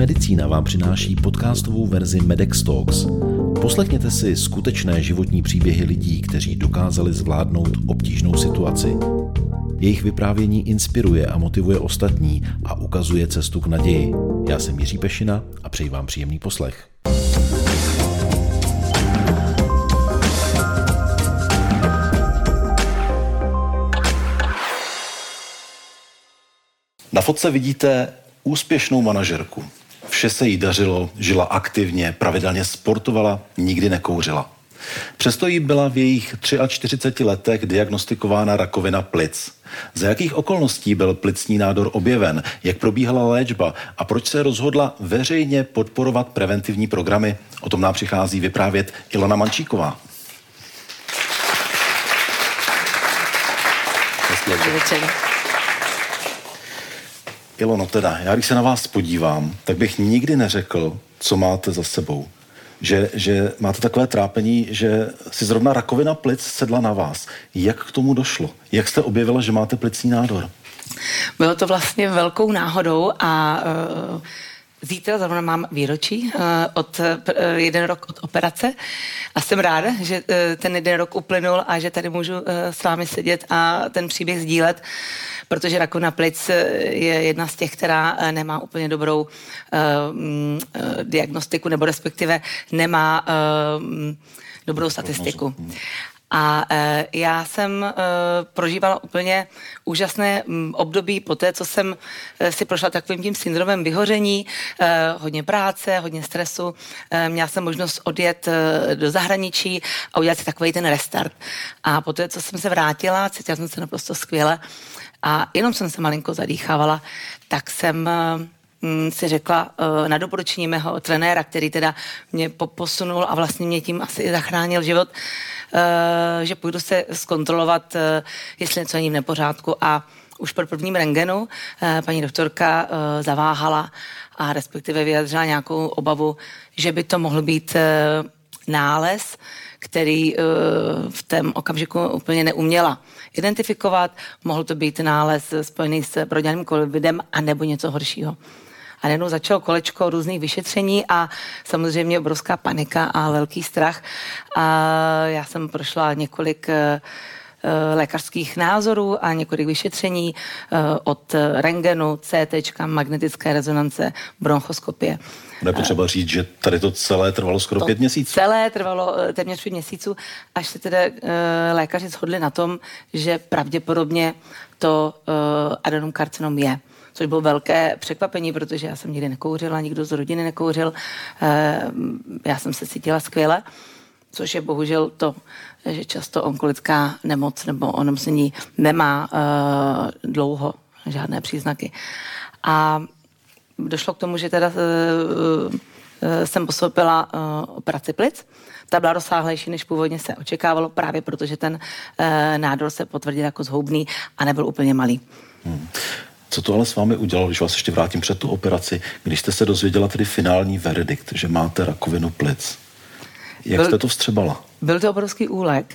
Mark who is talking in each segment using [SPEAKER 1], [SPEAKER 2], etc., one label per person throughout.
[SPEAKER 1] Medicína vám přináší podcastovou verzi Medex Talks. Poslechněte si skutečné životní příběhy lidí, kteří dokázali zvládnout obtížnou situaci. Jejich vyprávění inspiruje a motivuje ostatní a ukazuje cestu k naději. Já jsem Jiří Pešina a přeji vám příjemný poslech.
[SPEAKER 2] Na fotce vidíte úspěšnou manažerku. Vše se jí dařilo, žila aktivně, pravidelně sportovala, nikdy nekouřila. Přesto jí byla v jejich 43 letech diagnostikována rakovina plic. Za jakých okolností byl plicní nádor objeven, jak probíhala léčba a proč se rozhodla veřejně podporovat preventivní programy? O tom nám přichází vyprávět Ilona Mančíková. Ilono, teda, já když se na vás podívám, tak bych nikdy neřekl, co máte za sebou. Že máte takové trápení, že si zrovna rakovina plic sedla na vás. Jak k tomu došlo? Jak jste objevila, že máte plicní nádor?
[SPEAKER 3] Bylo to vlastně velkou náhodou a zítra zrovna mám výročí od 1 rok od operace a jsem ráda, že ten 1 rok uplynul a že tady můžu s vámi sedět a ten příběh sdílet, protože rakovina plic je jedna z těch, která nemá úplně dobrou diagnostiku, nebo respektive nemá dobrou statistiku. A já jsem prožívala úplně úžasné období po té, co jsem si prošla takovým tím syndromem vyhoření, hodně práce, hodně stresu. Měla jsem možnost odjet do zahraničí a udělat si takový ten restart. A po té, co jsem se vrátila, cítila jsem se naprosto skvěle a jenom jsem se malinko zadýchávala, tak jsem si řekla na doporučení mého trenéra, který teda mě posunul a vlastně mě tím asi i zachránil život, že půjdu se zkontrolovat, jestli něco není v nepořádku a už po prvním rentgenu paní doktorka zaváhala a respektive vyjadřila nějakou obavu, že by to mohl být nález, který v tom okamžiku úplně neuměla identifikovat. Mohl to být nález spojený s prodělaným covidem a nebo něco horšího. A najednou začalo kolečko různých vyšetření a samozřejmě obrovská panika a velký strach. A já jsem prošla několik lékařských názorů a několik vyšetření od rentgenu, CT, magnetické rezonance, bronchoskopie.
[SPEAKER 2] Je potřeba říct, že tady to celé trvalo skoro 5 měsíců.
[SPEAKER 3] Celé trvalo téměř 5 měsíců, až se teda lékaři shodli na tom, že pravděpodobně to adenomkarcinom je. Což bylo velké překvapení, protože já jsem nikdy nekouřila, nikdo z rodiny nekouřil. Já jsem se cítila skvěle, což je bohužel to, že často onkolická nemoc nebo onemocnění nemá dlouho žádné příznaky. A došlo k tomu, že teda jsem podstoupila operaci plic. Ta byla rozsáhlejší, než původně se očekávalo, právě protože ten nádor se potvrdil jako zhoubný a nebyl úplně malý.
[SPEAKER 2] Co to ale s vámi udělalo, když vás ještě vrátím před tu operaci, když jste se dozvěděla tedy finální verdikt, že máte rakovinu plic? Jak jste to vstřebala?
[SPEAKER 3] Byl to obrovský úlek,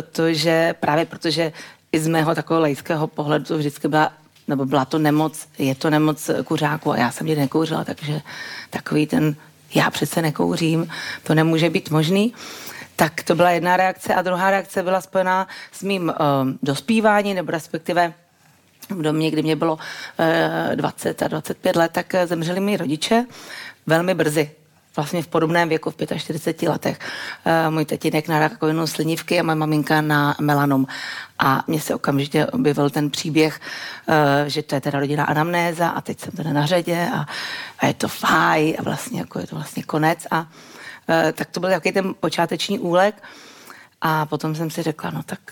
[SPEAKER 3] protože i z mého takového laického pohledu to vždycky byla to nemoc, je to nemoc kuřáku a já jsem nikdy nekouřila, takže takový ten, já přece nekouřím, to nemůže být možný. Tak to byla jedna reakce a druhá reakce byla spojená s mým dospíváním, nebo respektive v domě, kdy mě bylo 20 a 25 let, tak zemřeli mý rodiče velmi brzy. Vlastně v podobném věku, v 45 letech. Můj tatínek na rakovinu slinivky a moje maminka na melanom. A mně se okamžitě objevil ten příběh, že to je teda rodinná anamnéza a teď jsem teda na řadě a je to fajn a vlastně jako je to vlastně konec. A tak to byl takový ten počáteční úlek. A potom jsem si řekla, no tak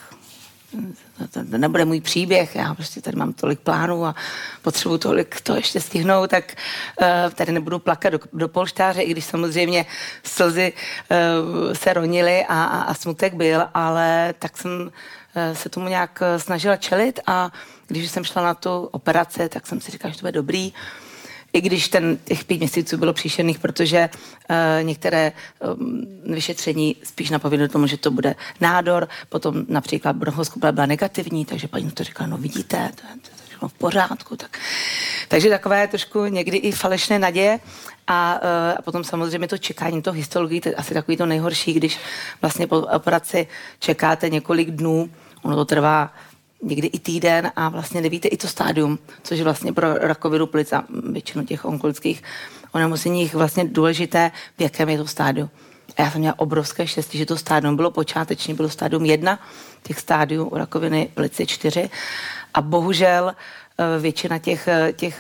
[SPEAKER 3] to nebude můj příběh, já prostě tady mám tolik plánů a potřebuji tolik to ještě stihnout, tak tady nebudu plakat do polštáře, i když samozřejmě slzy se ronily a smutek byl, ale tak jsem se tomu nějak snažila čelit a když jsem šla na tu operaci, tak jsem si říkala, že to bude dobrý. I když těch 5 měsíců bylo příšerných, protože některé vyšetření spíš napovědly tomu, že to bude nádor, potom například bronchoskopie byla negativní, takže paní to říkala, no vidíte, to je v pořádku, tak Takže takové trošku někdy i falešné naděje a potom samozřejmě to čekání, to histologii, to je asi takový to nejhorší, když vlastně po operaci čekáte několik dnů, ono to trvá někdy i týden a vlastně nevíte i to stádium, což je vlastně pro rakovinu plic a většinu těch onkologických onemocnění vlastně důležité, v jakém je to stádium. A já jsem měla obrovské štěstí, že to stádium bylo počáteční, bylo stádium 1, těch stádiů u rakoviny plic je 4 a bohužel většina těch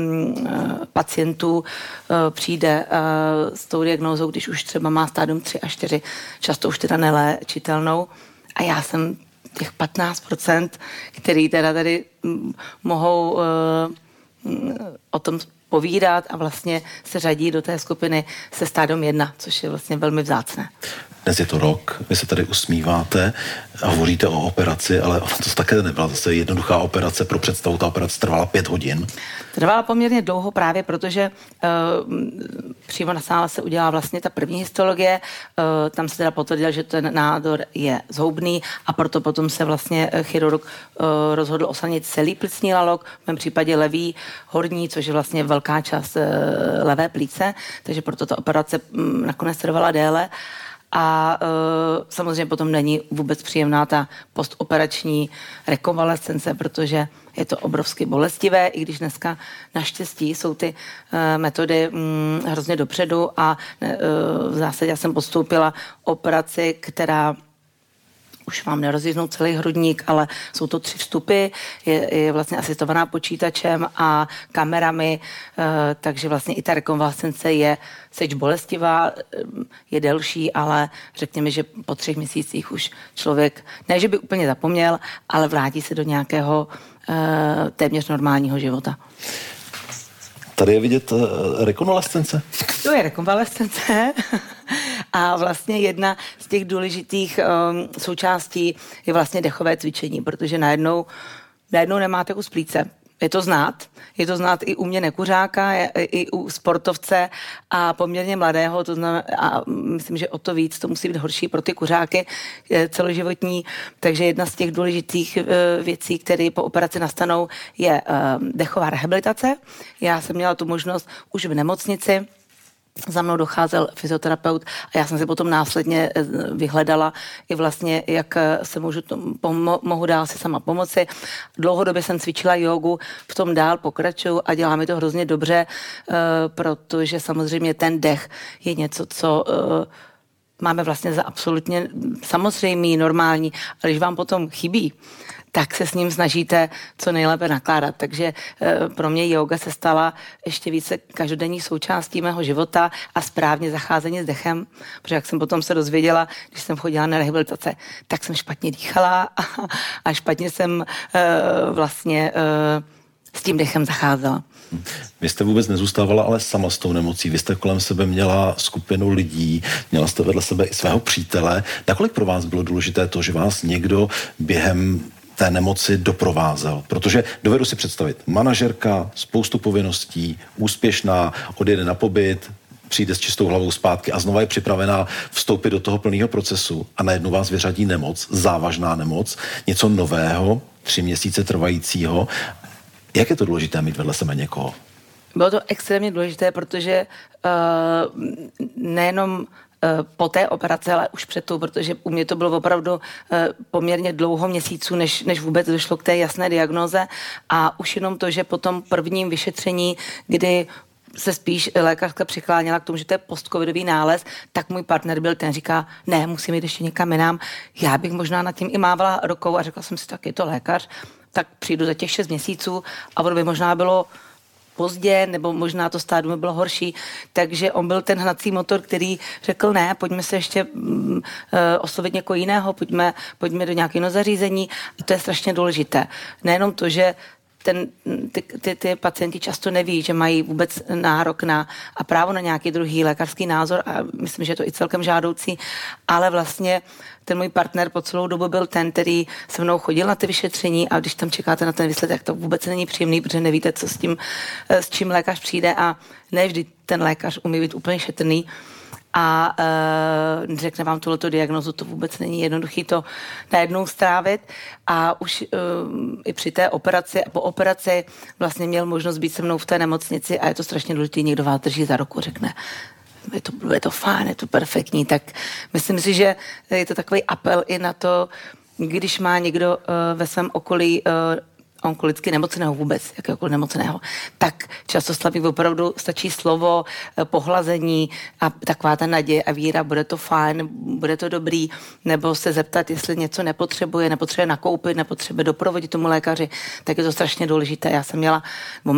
[SPEAKER 3] pacientů přijde s tou diagnózou, když už třeba má stádium 3 a 4, často už teda neléčitelnou a já jsem těch 15%, který teda tady mohou o tom povídat a vlastně se řadí do té skupiny se stádium 1, což je vlastně velmi vzácné.
[SPEAKER 2] Dnes je to rok, vy se tady usmíváte a hovoříte o operaci, ale ono to také nebyla zase jednoduchá operace. Pro představu ta operace trvala 5 hodin.
[SPEAKER 3] Trvala poměrně dlouho právě, protože přímo na sále se udělala vlastně ta první histologie, tam se teda potvrdil, že ten nádor je zhoubný a proto potom se vlastně chirurg rozhodl osanit celý plicní lalok, v mém případě levý horní, což je vlastně velká část levé plíce, takže proto ta operace nakonec trvala déle. A samozřejmě potom není vůbec příjemná ta postoperační rekonvalescence, protože je to obrovsky bolestivé, i když dneska naštěstí jsou ty metody hrozně dopředu a v zásadě já jsem podstoupila operaci, která už vám nerozjíždnou celý hrudník, ale jsou to 3 vstupy, je vlastně asistovaná počítačem a kamerami, takže vlastně i ta rekonvalescence je seč bolestivá, je delší, ale řekněme, že po 3 měsících už člověk, ne, že by úplně zapomněl, ale vrátí se do nějakého téměř normálního života.
[SPEAKER 2] Tady je vidět rekonvalescence.
[SPEAKER 3] To je rekonvalescence a vlastně jedna z těch důležitých součástí je vlastně dechové cvičení, protože najednou nemáte kus plíce. Je to znát i u mě nekuřáka, i u sportovce a poměrně mladého, to znamená, a myslím, že o to víc to musí být horší pro ty kuřáky celoživotní, takže jedna z těch důležitých věcí, které po operaci nastanou, je dechová rehabilitace. Já jsem měla tu možnost už v nemocnici, za mnou docházel fyzioterapeut a já jsem si potom následně vyhledala i vlastně, jak se mohu dál si sama pomoci. Dlouhodobě jsem cvičila jógu, v tom dál pokračuju a dělá mi to hrozně dobře, protože samozřejmě ten dech je něco, co máme vlastně za absolutně samozřejmý, normální, ale když vám potom chybí, tak se s ním snažíte co nejlépe nakládat. Takže pro mě jóga se stala ještě více každodenní součástí mého života a správně zacházení s dechem, protože jak jsem potom se dozvěděla, když jsem chodila na rehabilitace, tak jsem špatně dýchala a špatně jsem vlastně s tím dechem zacházela.
[SPEAKER 2] Vy jste vůbec nezůstávala ale sama s tou nemocí. Vy jste kolem sebe měla skupinu lidí, měla jste vedle sebe i svého přítele. Nakolik pro vás bylo důležité to, že vás někdo během té nemoci doprovázel? Protože dovedu si představit, manažerka, spoustu povinností, úspěšná, odjede na pobyt, přijde s čistou hlavou zpátky a znova je připravená vstoupit do toho plného procesu a najednou vás vyřadí nemoc, závažná nemoc, něco nového, 3 měsíce trvajícího. Jak je to důležité mít vedle sebe někoho?
[SPEAKER 3] Bylo to extrémně důležité, protože nejenom po té operaci, ale už před tou, protože u mě to bylo opravdu poměrně dlouho měsíců, než vůbec došlo k té jasné diagnóze a už jenom to, že po tom prvním vyšetření, kdy se spíš lékařka přikláněla k tomu, že to je postcovidový nález, tak můj partner byl ten, říká, ne, musím jít ještě někam jinam. Já bych možná nad tím i mávala rukou a řekla jsem si, tak je to lékař, tak přijdu za těch 6 měsíců a ono by možná bylo pozdě, nebo možná to stádium bylo horší, takže on byl ten hnací motor, který řekl, ne, pojďme se ještě oslovit někoho jiného, pojďme do nějakého zařízení a to je strašně důležité. Nejenom to, že ty pacienti často neví, že mají vůbec nárok a právo na nějaký druhý lékařský názor a myslím, že je to i celkem žádoucí, ale vlastně ten můj partner po celou dobu byl ten, který se mnou chodil na ty vyšetření a když tam čekáte na ten výsledek, to vůbec není příjemný, protože nevíte, s čím lékař přijde a ne vždy ten lékař umí být úplně šetrný. a řekne vám tuhleto diagnozu, to vůbec není jednoduchý to najednou strávit a už i při té operaci a po operaci vlastně měl možnost být se mnou v té nemocnici a je to strašně důležité, někdo vás drží za ruku, řekne, je to fajn, je to perfektní, tak myslím si, že je to takový apel i na to, když má někdo ve svém okolí onkologicky nemocného vůbec, jakéhokoliv nemocného, tak často slaví opravdu stačí slovo, pohlazení a taková ta naděje a víra, bude to fajn, bude to dobrý, nebo se zeptat, jestli něco nepotřebuje nakoupit, nepotřebuje doprovodit tomu lékaři, tak je to strašně důležité. Já jsem měla,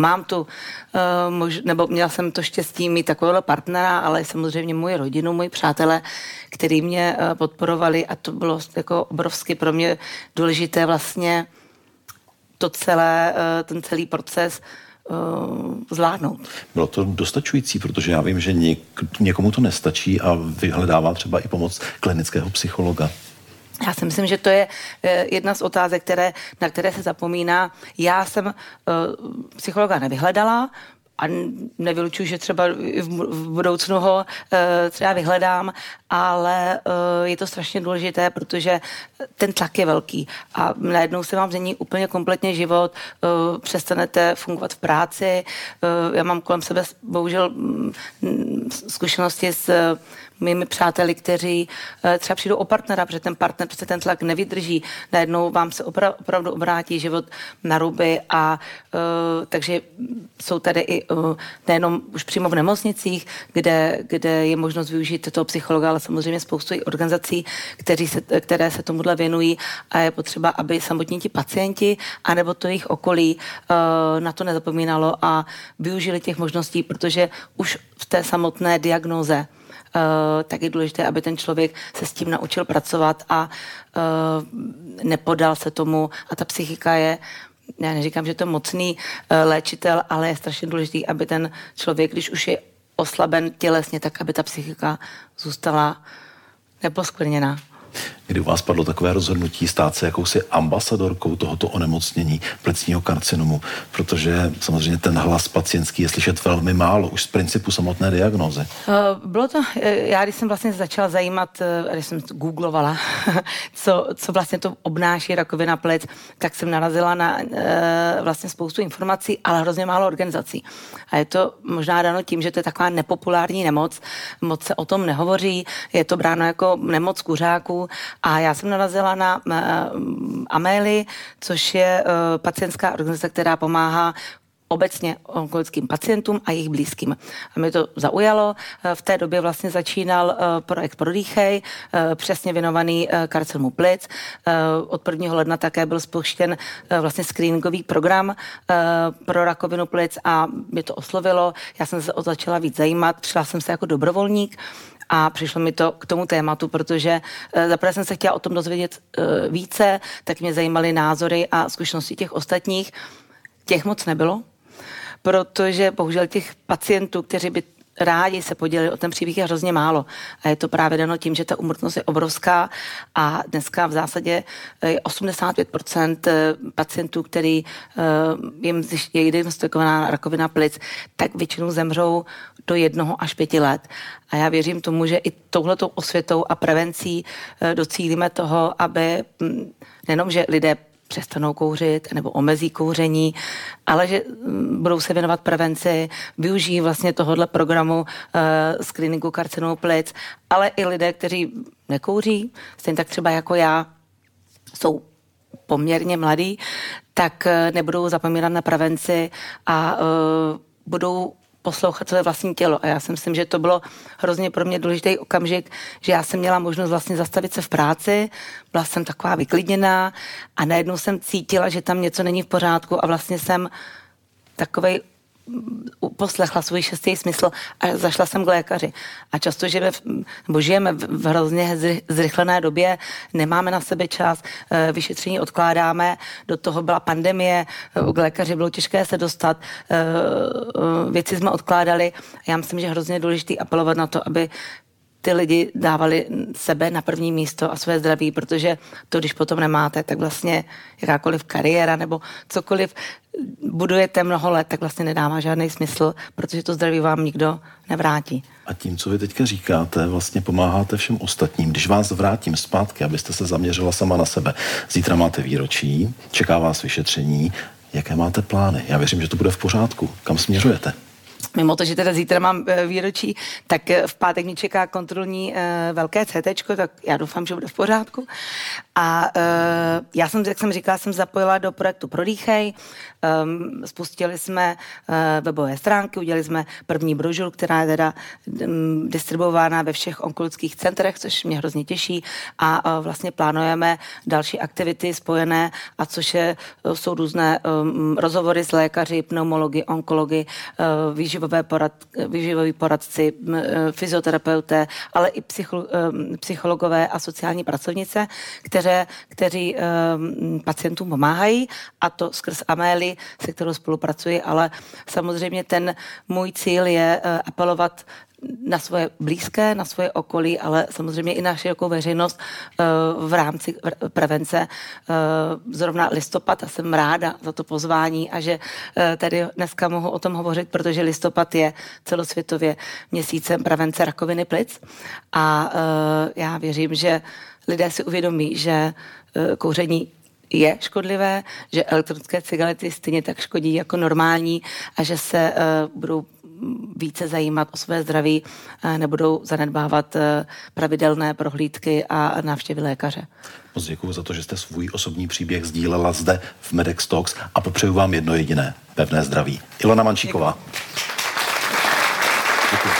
[SPEAKER 3] měla jsem to štěstí mít takového partnera, ale samozřejmě moji rodinu, moji přátelé, který mě podporovali a to bylo jako obrovsky pro mě důležité vlastně ten celý proces zvládnout.
[SPEAKER 2] Bylo to dostačující, protože já vím, že někomu to nestačí a vyhledává třeba i pomoc klinického psychologa.
[SPEAKER 3] Já si myslím, že to je jedna z otázek, na které se zapomíná. Já jsem psychologa nevyhledala, a nevylučuji, že třeba v budoucnu ho třeba vyhledám, ale je to strašně důležité, protože ten tlak je velký a najednou se vám změní úplně kompletně život, přestanete fungovat v práci. Já mám kolem sebe bohužel zkušenosti s mými přáteli, kteří třeba přijdou o partnera, protože ten partner prostě ten tlak nevydrží. Najednou vám se opravdu obrátí život na ruby a takže jsou tady i nejenom už přímo v nemocnicích, kde je možnost využít toho psychologa, ale samozřejmě spoustu i organizací, které se tomuhle věnují a je potřeba, aby samotní ti pacienti anebo to jejich okolí na to nezapomínalo a využili těch možností, protože už v té samotné diagnóze tak je důležité, aby ten člověk se s tím naučil pracovat a nepodal se tomu a ta psychika je, já neříkám, že to je mocný léčitel, ale je strašně důležitý, aby ten člověk, když už je oslaben tělesně, tak aby ta psychika zůstala neposkvrněná.
[SPEAKER 2] Kdy u vás padlo takové rozhodnutí stát se jakousi ambasadorkou tohoto onemocnění plicního karcinomu, protože samozřejmě ten hlas pacientský je slyšet velmi málo, už z principu samotné diagnózy.
[SPEAKER 3] Bylo to, já když jsem vlastně začala zajímat, když jsem googlovala, co vlastně to obnáší rakovina plic, tak jsem narazila na vlastně spoustu informací, ale hrozně málo organizací. A je to možná dáno tím, že to je taková nepopulární nemoc, moc se o tom nehovoří, je to bráno jako nemoc kuřáků. A já jsem narazila na Amély, což je pacientská organizace, která pomáhá obecně onkologickým pacientům a jejich blízkým. A mě to zaujalo. V té době vlastně začínal projekt Prodýchej, přesně věnovaný karcinomu plic. Od 1. ledna také byl spuštěn vlastně screeningový program pro rakovinu plic a mě to oslovilo. Já jsem se začala víc zajímat, přišla jsem se jako dobrovolník a přišlo mi to k tomu tématu, protože zaprvé jsem se chtěla o tom dozvědět více, tak mě zajímaly názory a zkušenosti těch ostatních. Těch moc nebylo, protože bohužel těch pacientů, kteří by rádi se podělili o ten příběh, je hrozně málo. A je to právě dano tím, že ta úmrtnost je obrovská a dneska v zásadě 85% pacientů, který jim je diagnostikovaná rakovina plic, tak většinou zemřou do 1 až 5 let. A já věřím tomu, že i touhletou osvětou a prevencí docílíme toho, aby nejenom, že lidé přestanou kouřit nebo omezí kouření, ale že budou se věnovat prevenci, využijí vlastně tohohle programu screeningu karcinomu plic, ale i lidé, kteří nekouří, stejně tak třeba jako já, jsou poměrně mladí, tak nebudou zapomínat na prevenci a budou poslouchat své vlastní tělo. A já si myslím, že to bylo hrozně pro mě důležitý okamžik, že já jsem měla možnost vlastně zastavit se v práci, byla jsem taková vyklidněná a najednou jsem cítila, že tam něco není v pořádku a vlastně jsem takovej poslechla svůj 6. smysl a zašla jsem k lékaři. A často žijeme v hrozně zrychlené době, nemáme na sebe čas, vyšetření odkládáme, do toho byla pandemie, k lékaři bylo těžké se dostat, věci jsme odkládali. Já myslím, že hrozně důležitý apelovat na to, aby ty lidi dávali sebe na první místo a své zdraví, protože to, když potom nemáte, tak vlastně jakákoliv kariéra nebo cokoliv budujete mnoho let, tak vlastně nedává žádný smysl, protože to zdraví vám nikdo nevrátí.
[SPEAKER 2] A tím, co vy teďka říkáte, vlastně pomáháte všem ostatním. Když vás vrátím zpátky, abyste se zaměřila sama na sebe. Zítra máte výročí, čeká vás vyšetření. Jaké máte plány? Já věřím, že to bude v pořádku. Kam směřujete?
[SPEAKER 3] Mimo to, že teda zítra mám výročí, tak v pátek mě čeká kontrolní velké CTčko, tak já doufám, že bude v pořádku. A já jsem, jak jsem říkala, jsem zapojila do projektu Prodýchej. Spustili jsme webové stránky, udělali jsme první brožuru, která je teda distribuována ve všech onkologických centrech, což mě hrozně těší. A vlastně plánujeme další aktivity spojené, a jsou různé rozhovory s lékaři, pneumologi, onkologi, výživoví poradci, fyzioterapeuté, ale i psychologové a sociální pracovnice, kteří pacientům pomáhají, a to skrz Amélie, se kterou spolupracuji, ale samozřejmě ten můj cíl je apelovat na svoje blízké, na svoje okolí, ale samozřejmě i na širokou veřejnost v rámci prevence. Zrovna listopad, a jsem ráda za to pozvání a že tady dneska mohu o tom hovořit, protože listopad je celosvětově měsícem prevence rakoviny plic a já věřím, že lidé si uvědomí, že kouření je škodlivé, že elektronické cigarety stejně tak škodí jako normální a že se budou více zajímat o své zdraví, nebudou zanedbávat pravidelné prohlídky a návštěvy lékaře.
[SPEAKER 2] Moc děkuji za to, že jste svůj osobní příběh sdílela zde v Medex Talks a popřeju vám jedno jediné, pevné zdraví. Ilona Mančíková. Děkuji.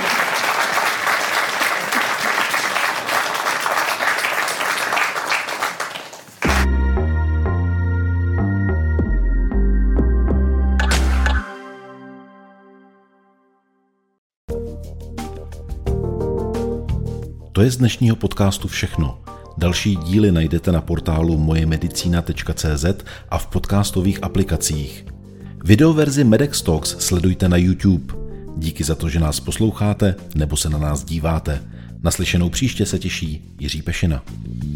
[SPEAKER 1] To je z dnešního podcastu všechno. Další díly najdete na portálu mojemedicina.cz a v podcastových aplikacích. Videoverzi Medex Talks sledujte na YouTube. Díky za to, že nás posloucháte nebo se na nás díváte. Naslyšenou příště se těší Jiří Pešina.